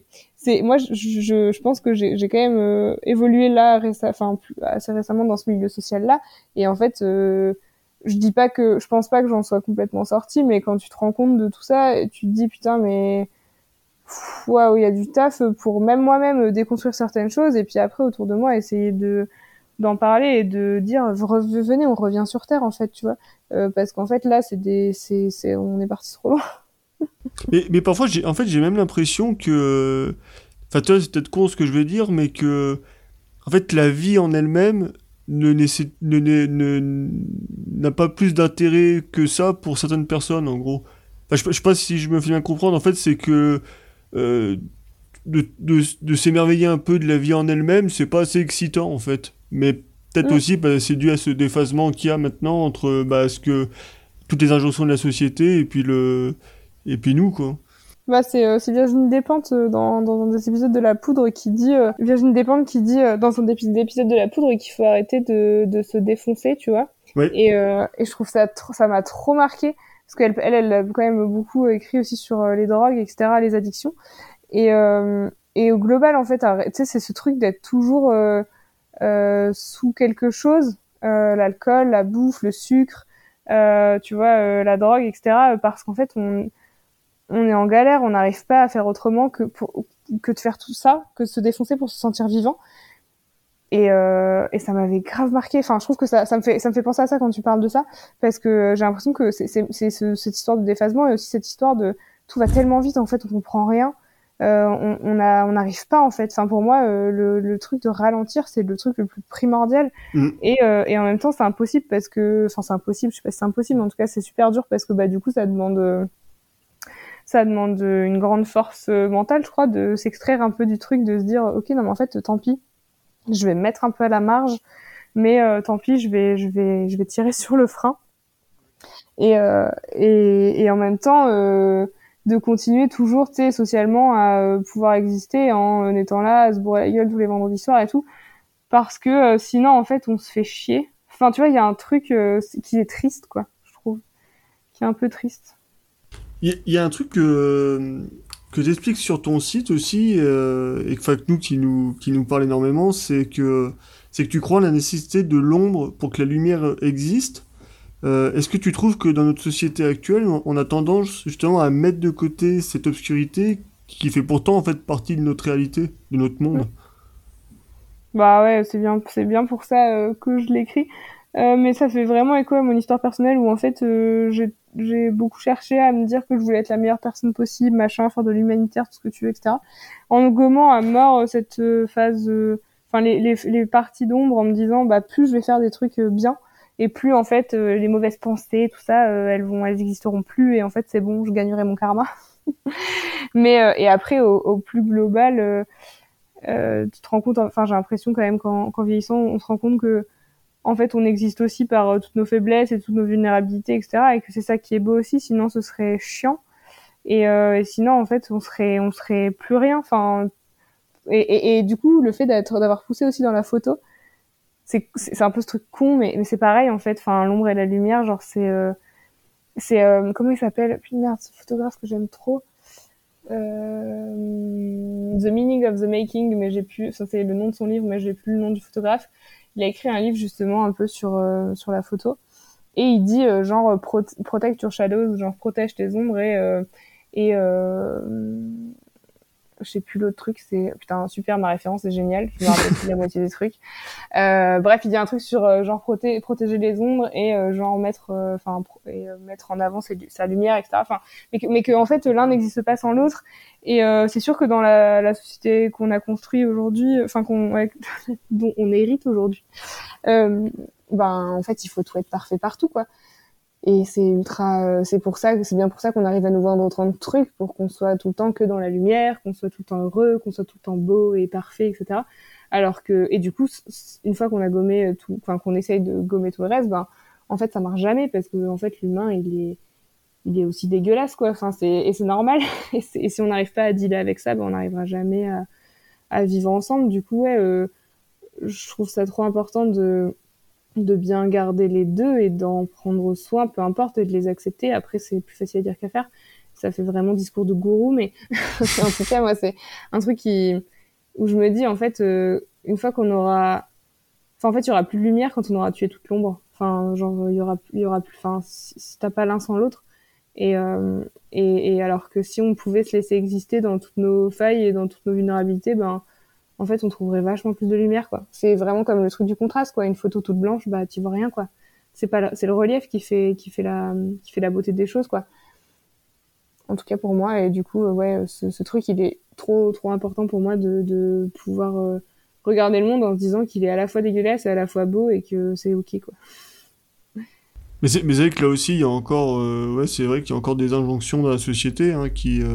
moi je pense que j'ai quand même évolué là assez récemment dans ce milieu social là, et en fait je pense pas que j'en sois complètement sortie, mais quand tu te rends compte de tout ça, tu te dis putain, mais waouh, il y a du taf pour même moi-même déconstruire certaines choses, et puis après autour de moi essayer d'en parler et de dire venez, on revient sur terre, en fait, tu vois. Parce qu'en fait là on est parti trop loin. Mais parfois, j'ai même l'impression que. Enfin, toi, c'est peut-être con ce que je veux dire, mais que. En fait, la vie en elle-même n'a pas plus d'intérêt que ça pour certaines personnes, en gros. Enfin, je sais pas si je me fais bien comprendre. En fait, c'est que. euh, de s'émerveiller un peu de la vie en elle-même, c'est pas assez excitant, en fait. Mais peut-être Mm. aussi, bah, c'est dû à ce déphasement qu'il y a maintenant entre bah, toutes les injonctions de la société et puis nous, quoi. Bah c'est Virginie Despentes dans un des épisodes de La Poudre qui dit Virginie Despentes qui dit dans un épisode de La Poudre qu'il faut arrêter de se défoncer, tu vois. Ouais. Et je trouve ça m'a trop marqué parce elle a quand même beaucoup écrit aussi sur les drogues, etc., les addictions. Et au global, en fait, tu sais, c'est ce truc d'être toujours sous quelque chose, l'alcool, la bouffe, le sucre, tu vois, la drogue, etc., parce qu'en fait on est en galère, on n'arrive pas à faire autrement que de faire tout ça, que de se défoncer pour se sentir vivant. Et ça m'avait grave marqué. Enfin, je trouve que ça me fait penser à ça quand tu parles de ça, parce que j'ai l'impression que cette histoire de déphasement et aussi cette histoire de tout va tellement vite, en fait, on comprend rien. On n'arrive pas, en fait. Enfin, pour moi, le truc de ralentir, c'est le truc le plus primordial. Mm. Et en même temps, c'est impossible parce que, enfin, c'est impossible. Je sais pas si c'est impossible, mais en tout cas, c'est super dur parce que, bah, du coup, ça demande une grande force mentale, je crois, de s'extraire un peu du truc, de se dire, ok, non, mais en fait, tant pis, je vais me mettre un peu à la marge, mais tant pis, je vais tirer sur le frein. Et en même temps, de continuer toujours, tu sais, socialement à pouvoir exister en étant là, à se bourrer la gueule tous les vendredis soirs et tout, parce que sinon, en fait, on se fait chier. Enfin, tu vois, il y a un truc qui est triste, quoi, je trouve, qui est un peu triste. Il y a un truc que tu expliques sur ton site aussi, et enfin, que qui nous parle énormément, c'est que tu crois à la nécessité de l'ombre pour que la lumière existe. Est-ce que tu trouves que dans notre société actuelle, on a tendance justement à mettre de côté cette obscurité qui fait pourtant en fait partie de notre réalité, de notre monde? Bah ouais, c'est bien pour ça que je l'écris. Mais ça fait vraiment écho à mon histoire personnelle où en fait j'ai beaucoup cherché à me dire que je voulais être la meilleure personne possible, machin, faire de l'humanitaire, tout ce que tu veux, etc. En gommant à mort cette phase, enfin les parties d'ombre, en me disant bah plus je vais faire des trucs bien et plus en fait les mauvaises pensées, tout ça, elles existeront plus et en fait c'est bon, je gagnerai mon karma. Mais et après au plus global. Tu te rends compte, enfin j'ai l'impression quand même qu'en vieillissant, on se rend compte que en fait on existe aussi par toutes nos faiblesses et toutes nos vulnérabilités, etc. Et que c'est ça qui est beau aussi, sinon ce serait chiant. Et sinon en fait on serait plus rien. Enfin et du coup le fait d'avoir poussé aussi dans la photo, c'est un peu ce truc con, mais c'est pareil en fait. Enfin l'ombre et la lumière, genre comment il s'appelle? Putain merde, ce photographe que j'aime trop. The Meaning of the Making, mais j'ai plus, ça c'est le nom de son livre, mais j'ai plus le nom du photographe. Il a écrit un livre justement un peu sur la photo, et il dit genre protect your shadows, genre protège tes ombres et je sais plus l'autre truc, c'est putain super, ma référence est géniale, je me rappelle plus la moitié des trucs. Bref, il dit un truc sur genre protéger les ombres et genre mettre mettre en avant sa lumière, etc. Enfin, mais que en fait l'un n'existe pas sans l'autre. Et c'est sûr que dans la société qu'on a construit aujourd'hui, enfin dont on hérite aujourd'hui, ben en fait il faut tout être parfait partout, quoi. Et c'est bien pour ça qu'on arrive à nous vendre autant de trucs, pour qu'on soit tout le temps que dans la lumière, qu'on soit tout le temps heureux, qu'on soit tout le temps beau et parfait, etc. Alors que, et du coup, une fois qu'on a gommé tout, enfin, qu'on essaye de gommer tout le reste, ben, en fait, ça marche jamais parce que, en fait, l'humain, il est aussi dégueulasse, quoi. Enfin, et c'est normal. Et si on n'arrive pas à dealer avec ça, ben, on n'arrivera jamais à vivre ensemble. Du coup, ouais, je trouve ça trop important de bien garder les deux et d'en prendre soin, peu importe, et de les accepter. Après, c'est plus facile à dire qu'à faire. ça fait vraiment discours de gourou, mais en tout cas, moi, c'est un truc où je me dis, en fait, une fois qu'on aura, enfin, en fait, il y aura plus de lumière quand on aura tué toute l'ombre. Enfin, genre, il y aura plus, enfin, si t'as pas l'un sans l'autre. Et alors que si on pouvait se laisser exister dans toutes nos failles et dans toutes nos vulnérabilités, ben, en fait, on trouverait vachement plus de lumière, quoi. C'est vraiment comme le truc du contraste, quoi. Une photo toute blanche, bah, tu vois rien, quoi. C'est le relief qui fait la beauté des choses, quoi. En tout cas pour moi, et du coup, ouais, ce truc, il est trop important pour moi de pouvoir regarder le monde en se disant qu'il est à la fois dégueulasse et à la fois beau et que c'est ok, quoi. Mais c'est vrai que là aussi, il y a encore, ouais, c'est vrai qu'il y a encore des injonctions dans la société hein,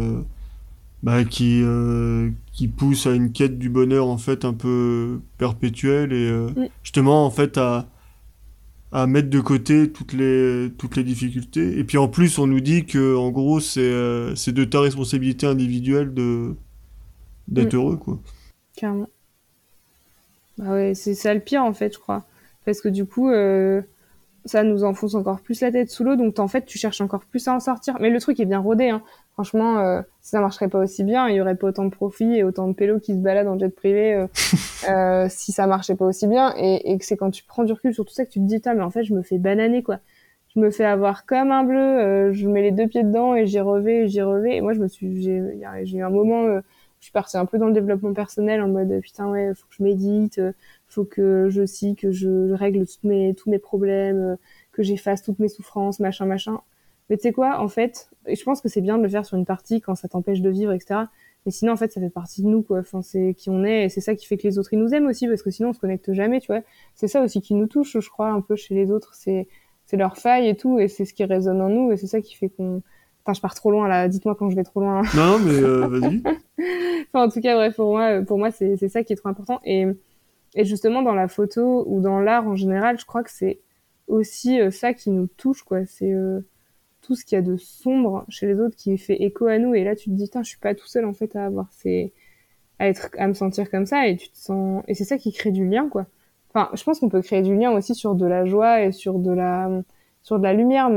qui poussent à une quête du bonheur en fait un peu perpétuelle et justement en fait à mettre de côté toutes les difficultés. Et puis en plus, on nous dit que en gros, c'est de ta responsabilité individuelle d'être heureux, quoi. Clairement. Bah ouais, c'est ça le pire en fait, je crois. Parce que du coup, ça nous enfonce encore plus la tête sous l'eau, donc en fait, tu cherches encore plus à en sortir. Mais le truc est bien rodé, hein. Franchement, si ça marcherait pas aussi bien, il y aurait pas autant de profits et autant de pélos qui se baladent en jet privé si ça marchait pas aussi bien. Et que c'est quand tu prends du recul sur tout ça que tu te dis, putain, mais en fait, je me fais bananer, quoi. Je me fais avoir comme un bleu, je mets les deux pieds dedans et j'y revais. Et moi, j'ai eu un moment, je suis partie un peu dans le développement personnel en mode, putain, ouais, faut que je médite, faut que que je règle tous mes problèmes, que j'efface toutes mes souffrances, machin. Mais tu sais quoi, en fait, et je pense que c'est bien de le faire sur une partie quand ça t'empêche de vivre, etc. Mais sinon, en fait, ça fait partie de nous, quoi. Enfin, c'est qui on est, et c'est ça qui fait que les autres, ils nous aiment aussi, parce que sinon, on se connecte jamais, tu vois. C'est ça aussi qui nous touche, je crois, un peu chez les autres. C'est leurs failles et tout, et c'est ce qui résonne en nous, et c'est ça qui fait qu'on... Enfin, je pars trop loin, là. Dites-moi quand je vais trop loin. Non, mais vas-y. Enfin, en tout cas, bref, pour moi, c'est ça qui est trop important. Et justement, dans la photo ou dans l'art en général, je crois que c'est aussi ça qui nous touche, quoi. C'est tout ce qu'il y a de sombre chez les autres qui fait écho à nous. Et là, tu te dis, putain, je suis pas tout seul, en fait, à me sentir comme ça. Et tu te sens, et c'est ça qui crée du lien, quoi. Enfin, je pense qu'on peut créer du lien aussi sur de la joie et sur de la lumière,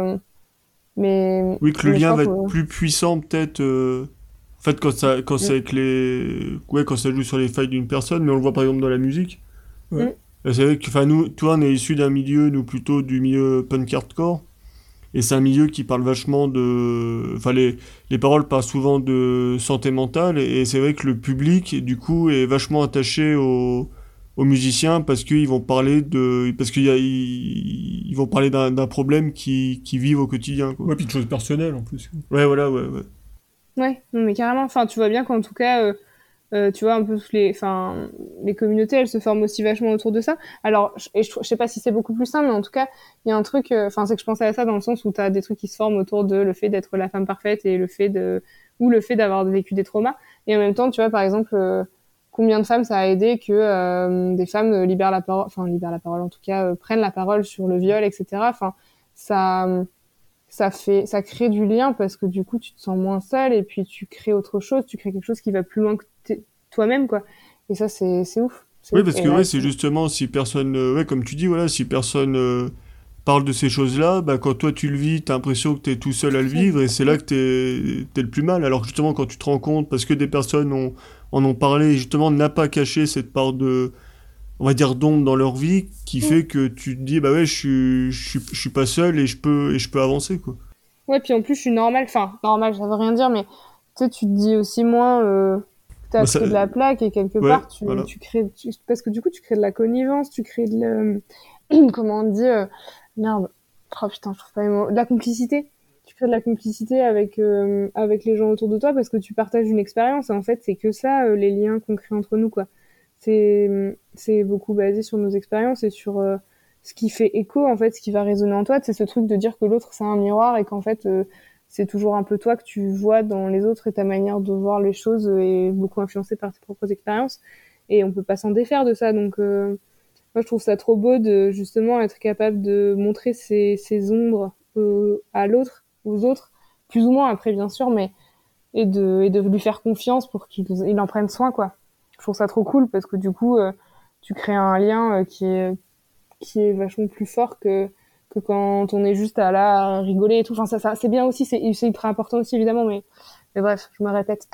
Oui, que le mais je lien crois va être plus puissant peut-être. En fait, quand c'est avec ouais, quand ça joue sur les failles d'une personne, mais on le voit par exemple dans la musique. Ouais. Et c'est vrai que, enfin, nous, toi, on est issu d'un milieu, nous plutôt du milieu punk hardcore. Et c'est un milieu qui parle vachement de... Enfin, les paroles parlent souvent de santé mentale. Et c'est vrai que le public, du coup, est vachement attaché aux musiciens parce qu'ils vont parler de... Parce ils vont parler d'un problème qui vivent au quotidien, quoi. Ouais, puis de choses personnelles en plus. Ouais, voilà, ouais. ouais, non, mais carrément. Enfin, tu vois bien qu'en tout cas, tu vois un peu enfin, les communautés, elles se forment aussi vachement autour de ça. Alors, je sais pas si c'est beaucoup plus simple, mais en tout cas, il y a un truc, enfin, c'est que je pensais à ça dans le sens où t'as des trucs qui se forment autour de le fait d'être la femme parfaite et le fait d'avoir vécu des traumas. Et en même temps, tu vois, par exemple, combien de femmes ça a aidé que des femmes libèrent la parole, en tout cas, prennent la parole sur le viol, etc. Enfin, ça, ça crée du lien parce que du coup tu te sens moins seule et puis tu crées autre chose, tu crées quelque chose qui va plus loin que toi-même, quoi. Et ça c'est ouf. Oui, parce Et que là, ouais, c'est justement si personne, ouais, comme tu dis, voilà, si personne parle de ces choses-là, bah, quand toi tu le vis, t'as l'impression que t'es tout seul à le vivre et c'est là que t'es le plus mal. Alors que justement, quand tu te rends compte, parce que des personnes en ont parlé, et justement, n'a pas caché cette part de, on va dire, d'ombre dans leur vie, qui fait que tu te dis, bah ouais, je suis pas seul et je peux avancer, quoi. ouais, puis en plus je suis normale, enfin normale, ça veut rien dire, mais tu sais, tu te dis aussi moins que t'as Bah, pris de la plaque et quelque ouais, part voilà. parce que du coup tu crées de la connivence, tu crées comment on dit, merde, oh putain, je trouve pas les mots, de la complicité. Tu crées de la complicité avec les gens autour de toi parce que tu partages une expérience. Et en fait, c'est que ça, les liens qu'on crée entre nous, quoi. C'est beaucoup basé sur nos expériences et sur ce qui fait écho, en fait, ce qui va résonner en toi. C'est ce truc de dire que l'autre, c'est un miroir et qu'en fait, c'est toujours un peu toi que tu vois dans les autres et ta manière de voir les choses est beaucoup influencée par tes propres expériences. Et on peut pas s'en défaire de ça. Donc, moi, je trouve ça trop beau de justement être capable de montrer ses ombres à l'autre, aux autres, plus ou moins après, bien sûr, mais et de lui faire confiance pour qu'il en prenne soin, quoi. Je trouve ça trop cool parce que du coup, tu crées un lien qui est vachement plus fort que quand on est juste à rigoler et tout. Enfin, ça c'est bien aussi, c'est ultra important aussi, évidemment, mais bref, je me répète.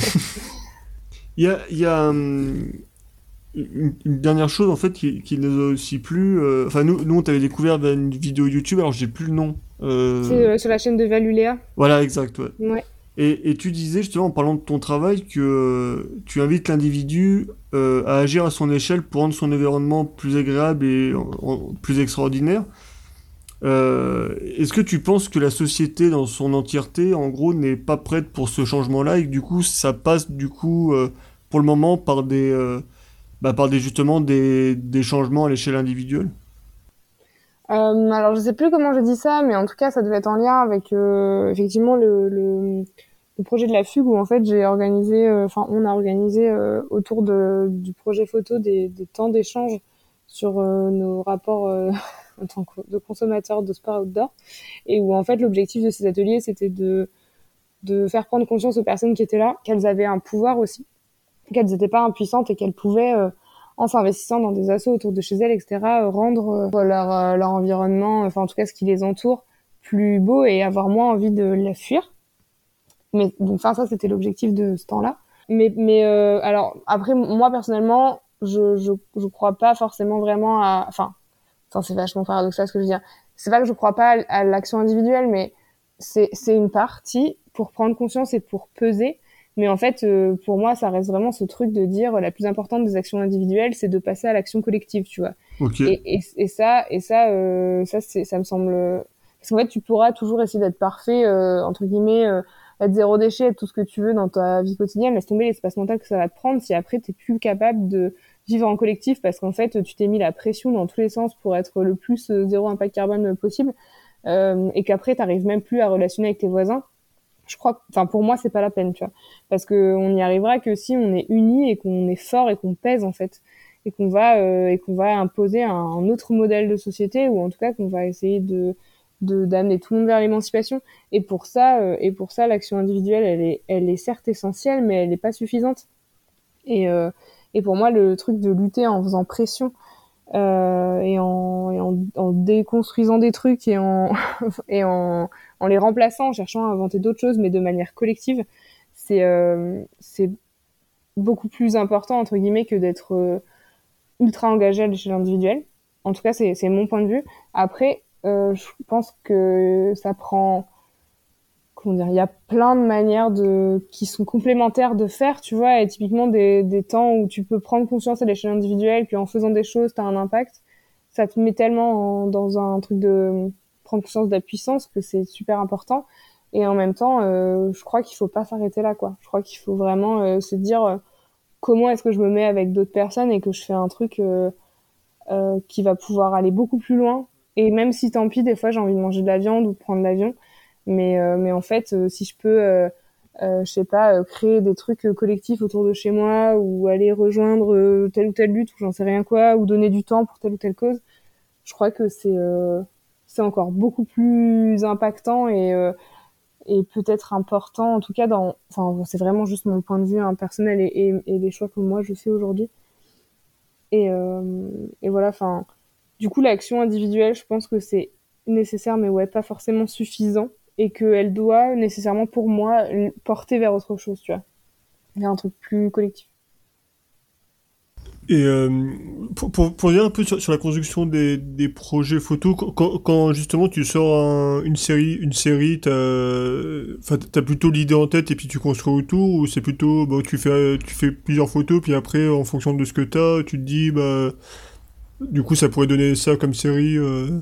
Il y a une dernière chose en fait qui nous a aussi plu. Enfin, nous on t'avait découvert une vidéo YouTube, alors j'ai plus le nom. C'est sur la chaîne de Valuléa. Voilà, exact, ouais. Ouais. Et tu disais justement en parlant de ton travail que tu invites l'individu à agir à son échelle pour rendre son environnement plus agréable et plus extraordinaire. Est-ce que tu penses que la société dans son entièreté, en gros, n'est pas prête pour ce changement-là et que du coup, ça passe du coup pour le moment par justement des changements à l'échelle individuelle? Alors je sais plus comment j'ai dit ça, mais en tout cas ça devait être en lien avec effectivement le projet de la fugue où en fait on a organisé autour du projet photo des temps d'échange sur nos rapports en tant que de consommateurs de sport outdoor, et où en fait l'objectif de ces ateliers c'était de faire prendre conscience aux personnes qui étaient là qu'elles avaient un pouvoir aussi, qu'elles n'étaient pas impuissantes et qu'elles pouvaient en s'investissant dans des assos autour de chez elles, etc., rendre leur environnement, enfin en tout cas ce qui les entoure, plus beau et avoir moins envie de la fuir. Mais donc, enfin ça c'était l'objectif de ce temps-là. Mais alors après moi personnellement, je crois pas forcément vraiment à, enfin c'est vachement paradoxal ce que je veux dire. C'est pas que je crois pas à l'action individuelle, mais c'est une partie pour prendre conscience et pour peser. Mais en fait, pour moi, ça reste vraiment ce truc de dire la plus importante des actions individuelles, c'est de passer à l'action collective, tu vois. Ok. Ça me semble, parce qu'en fait, tu pourras toujours essayer d'être parfait, entre guillemets, être zéro déchet, être tout ce que tu veux dans ta vie quotidienne. Laisse tomber l'espace mental que ça va te prendre si après t'es plus capable de vivre en collectif parce qu'en fait, tu t'es mis la pression dans tous les sens pour être le plus zéro impact carbone possible, et qu'après t'arrives même plus à relationner avec tes voisins. Je crois, enfin pour moi c'est pas la peine, tu vois, parce que on n'y arrivera que si on est unis et qu'on est fort et qu'on pèse en fait, et qu'on va imposer un autre modèle de société, ou en tout cas qu'on va essayer d'amener tout le monde vers l'émancipation. Et pour ça l'action individuelle elle est certes essentielle, mais elle n'est pas suffisante. Et pour moi le truc de lutter en faisant pression, en déconstruisant des trucs et en les remplaçant, en cherchant à inventer d'autres choses, mais de manière collective, c'est beaucoup plus important, entre guillemets, que d'être ultra engagé à l'échelle individuelle. En tout cas, c'est mon point de vue. Après, je pense que ça prend... Comment dire, il y a plein de manières qui sont complémentaires de faire, tu vois, et typiquement des temps où tu peux prendre conscience à l'échelle individuelle, puis en faisant des choses, t'as un impact. Ça te met tellement dans un truc de prendre conscience de la puissance que c'est super important. Et en même temps, je crois qu'il faut pas s'arrêter là, quoi. Je crois qu'il faut vraiment se dire comment est-ce que je me mets avec d'autres personnes et que je fais un truc qui va pouvoir aller beaucoup plus loin. Et même si tant pis, des fois j'ai envie de manger de la viande ou de prendre l'avion, mais en fait, si je peux, je sais pas, créer des trucs collectifs autour de chez moi, ou aller rejoindre telle ou telle lutte, ou j'en sais rien quoi, ou donner du temps pour telle ou telle cause, je crois que c'est encore beaucoup plus impactant et peut-être important, en tout cas enfin bon, c'est vraiment juste mon point de vue personnel et les choix que moi je fais aujourd'hui. Et voilà, enfin, du coup l'action individuelle, je pense que c'est nécessaire, mais ouais, pas forcément suffisant, et qu'elle doit nécessairement, pour moi, porter vers autre chose, tu vois, vers un truc plus collectif. Et pour dire un peu sur la construction des projets photos, quand justement tu sors une série, t'as plutôt l'idée en tête et puis tu construis autour, ou c'est plutôt bah, tu fais plusieurs photos puis après en fonction de ce que t'as, tu te dis bah du coup ça pourrait donner ça comme série.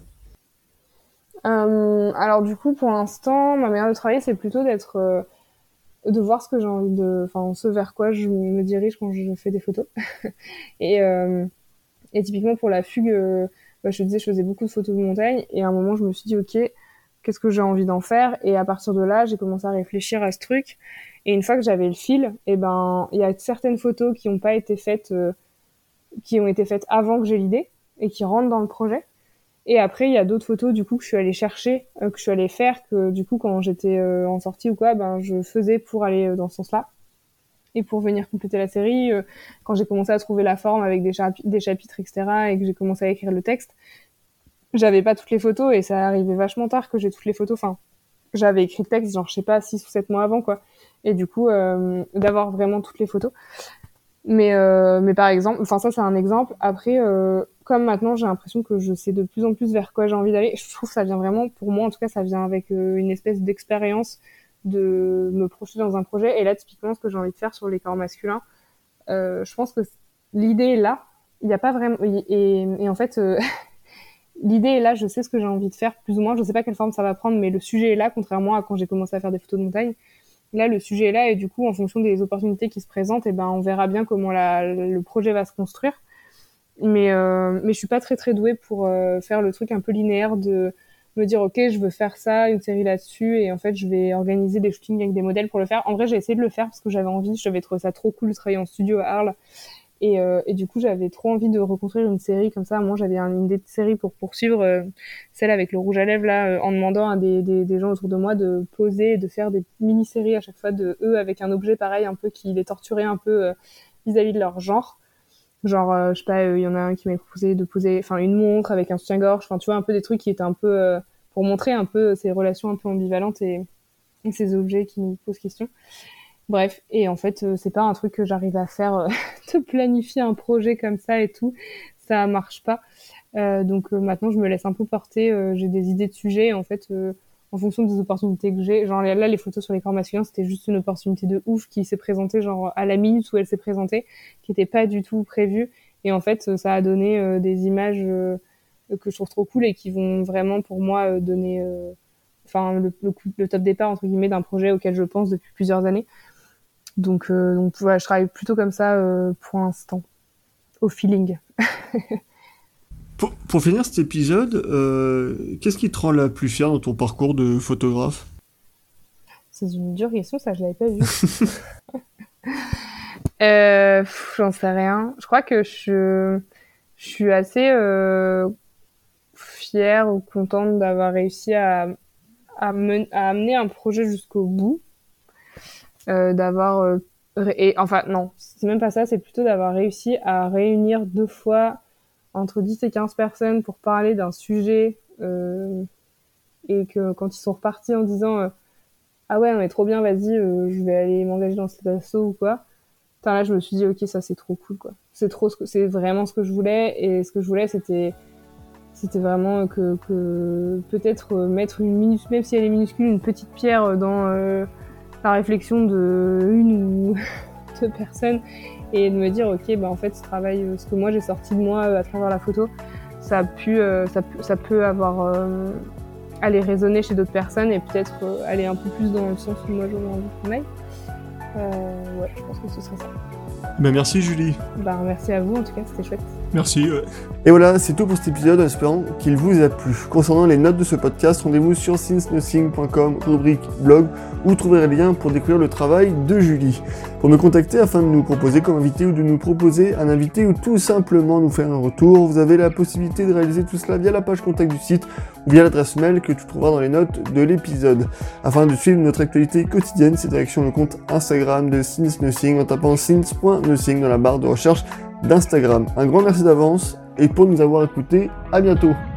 Alors du coup, pour l'instant, ma manière de travailler, c'est plutôt de voir ce que j'ai envie enfin, ce vers quoi je me dirige quand je fais des photos. Et, euh, et typiquement pour la fugue, bah, je te disais, je faisais beaucoup de photos de montagne, et à un moment, je me suis dit, ok, qu'est-ce que j'ai envie d'en faire? Et à partir de là, j'ai commencé à réfléchir à ce truc. Et une fois que j'avais le fil, et ben, il y a certaines photos qui ont pas été faites, qui ont été faites avant que j'ai l'idée et qui rentrent dans le projet. Et après, il y a d'autres photos du coup que je suis allée chercher, que je suis allée faire, que du coup quand j'étais en sortie ou quoi, ben je faisais pour aller dans ce sens-là et pour venir compléter la série. Quand j'ai commencé à trouver la forme avec des chapitres, etc., et que j'ai commencé à écrire le texte, j'avais pas toutes les photos et ça arrivait vachement tard que j'ai toutes les photos. Enfin, j'avais écrit le texte, genre, je sais pas, 6 ou 7 mois avant, quoi. Et du coup, d'avoir vraiment toutes les photos. Mais par exemple, enfin, ça, c'est un exemple. Après, comme maintenant, j'ai l'impression que je sais de plus en plus vers quoi j'ai envie d'aller, je trouve que ça vient vraiment, pour moi, en tout cas, ça vient avec une espèce d'expérience de me projeter dans un projet. Et là, typiquement, ce que j'ai envie de faire sur les corps masculins, je pense que l'idée est là. Il n'y a pas vraiment, et en fait, l'idée est là, je sais ce que j'ai envie de faire, plus ou moins. Je sais pas quelle forme ça va prendre, mais le sujet est là, contrairement à quand j'ai commencé à faire des photos de montagne. Là, le sujet est là, et du coup, en fonction des opportunités qui se présentent, et ben, on verra bien comment le projet va se construire. Mais je suis pas très très douée pour faire le truc un peu linéaire de me dire ok, je veux faire ça, une série là-dessus, et en fait, je vais organiser des shootings avec des modèles pour le faire. En vrai, j'ai essayé de le faire parce que j'avais envie, j'avais trouvé ça trop cool de travailler en studio à Arles. Et du coup, j'avais trop envie de reconstruire une série comme ça. Moi, j'avais une idée de série pour poursuivre celle avec le rouge à lèvres, là, en demandant à des gens autour de moi de poser et de faire des mini-séries à chaque fois de eux avec un objet pareil, un peu qui les torturait un peu vis-à-vis de leur genre. Genre, je sais pas, il y en a un qui m'a proposé de poser une montre avec un soutien-gorge. Enfin, tu vois, un peu des trucs qui étaient un peu pour montrer un peu ces relations un peu ambivalentes et ces objets qui nous posent question. Bref, et en fait, c'est pas un truc que j'arrive à faire, de planifier un projet comme ça et tout, ça marche pas. Donc maintenant, je me laisse un peu porter, j'ai des idées de sujets, en fait, en fonction des opportunités que j'ai. Genre là, les photos sur les corps masculins, c'était juste une opportunité de ouf qui s'est présentée genre à la minute où elle s'est présentée, qui était pas du tout prévue. Et en fait, ça a donné des images que je trouve trop cool et qui vont vraiment, pour moi, donner le top départ, entre guillemets, d'un projet auquel je pense depuis plusieurs années. Donc voilà, je travaille plutôt comme ça pour l'instant, au feeling. Pour finir cet épisode, qu'est-ce qui te rend la plus fière dans ton parcours de photographe ? C'est une dure question, ça je l'avais pas vu. J'en sais rien. Je crois que je suis assez fière ou contente d'avoir réussi à amener un projet jusqu'au bout. D'avoir non, c'est même pas ça, c'est plutôt d'avoir réussi à réunir 2 fois entre 10 et 15 personnes pour parler d'un sujet et que quand ils sont repartis en disant ah ouais, non mais trop bien, vas-y, je vais aller m'engager dans cet asso ou quoi. Putain, là je me suis dit ok, ça c'est trop cool quoi. C'est vraiment ce que je voulais, et ce que je voulais c'était vraiment que peut-être mettre même si elle est minuscule, une petite pierre dans la réflexion de une ou 2 personnes, et de me dire ok, bah en fait ce travail, ce que moi j'ai sorti de moi à travers la photo, ça peut avoir aller résonner chez d'autres personnes et peut-être aller un peu plus dans le sens où moi j'aurais envie qu'on aille. Ouais, je pense que ce serait ça. Ben merci Julie. Bah merci à vous, en tout cas c'était chouette. Merci. Et voilà, c'est tout pour cet épisode, en espérant qu'il vous a plu. Concernant les notes de ce podcast, rendez-vous sur since-nothing.com, rubrique blog, où vous trouverez le lien pour découvrir le travail de Julie. Pour me contacter afin de nous proposer comme invité ou de nous proposer un invité ou tout simplement nous faire un retour, vous avez la possibilité de réaliser tout cela via la page contact du site ou via l'adresse mail que tu trouveras dans les notes de l'épisode. Afin de suivre notre actualité quotidienne, c'est direction le compte Instagram de Since Nothing en tapant since.nothing dans la barre de recherche d'Instagram. Un grand merci d'avance et pour nous avoir écoutés, à bientôt.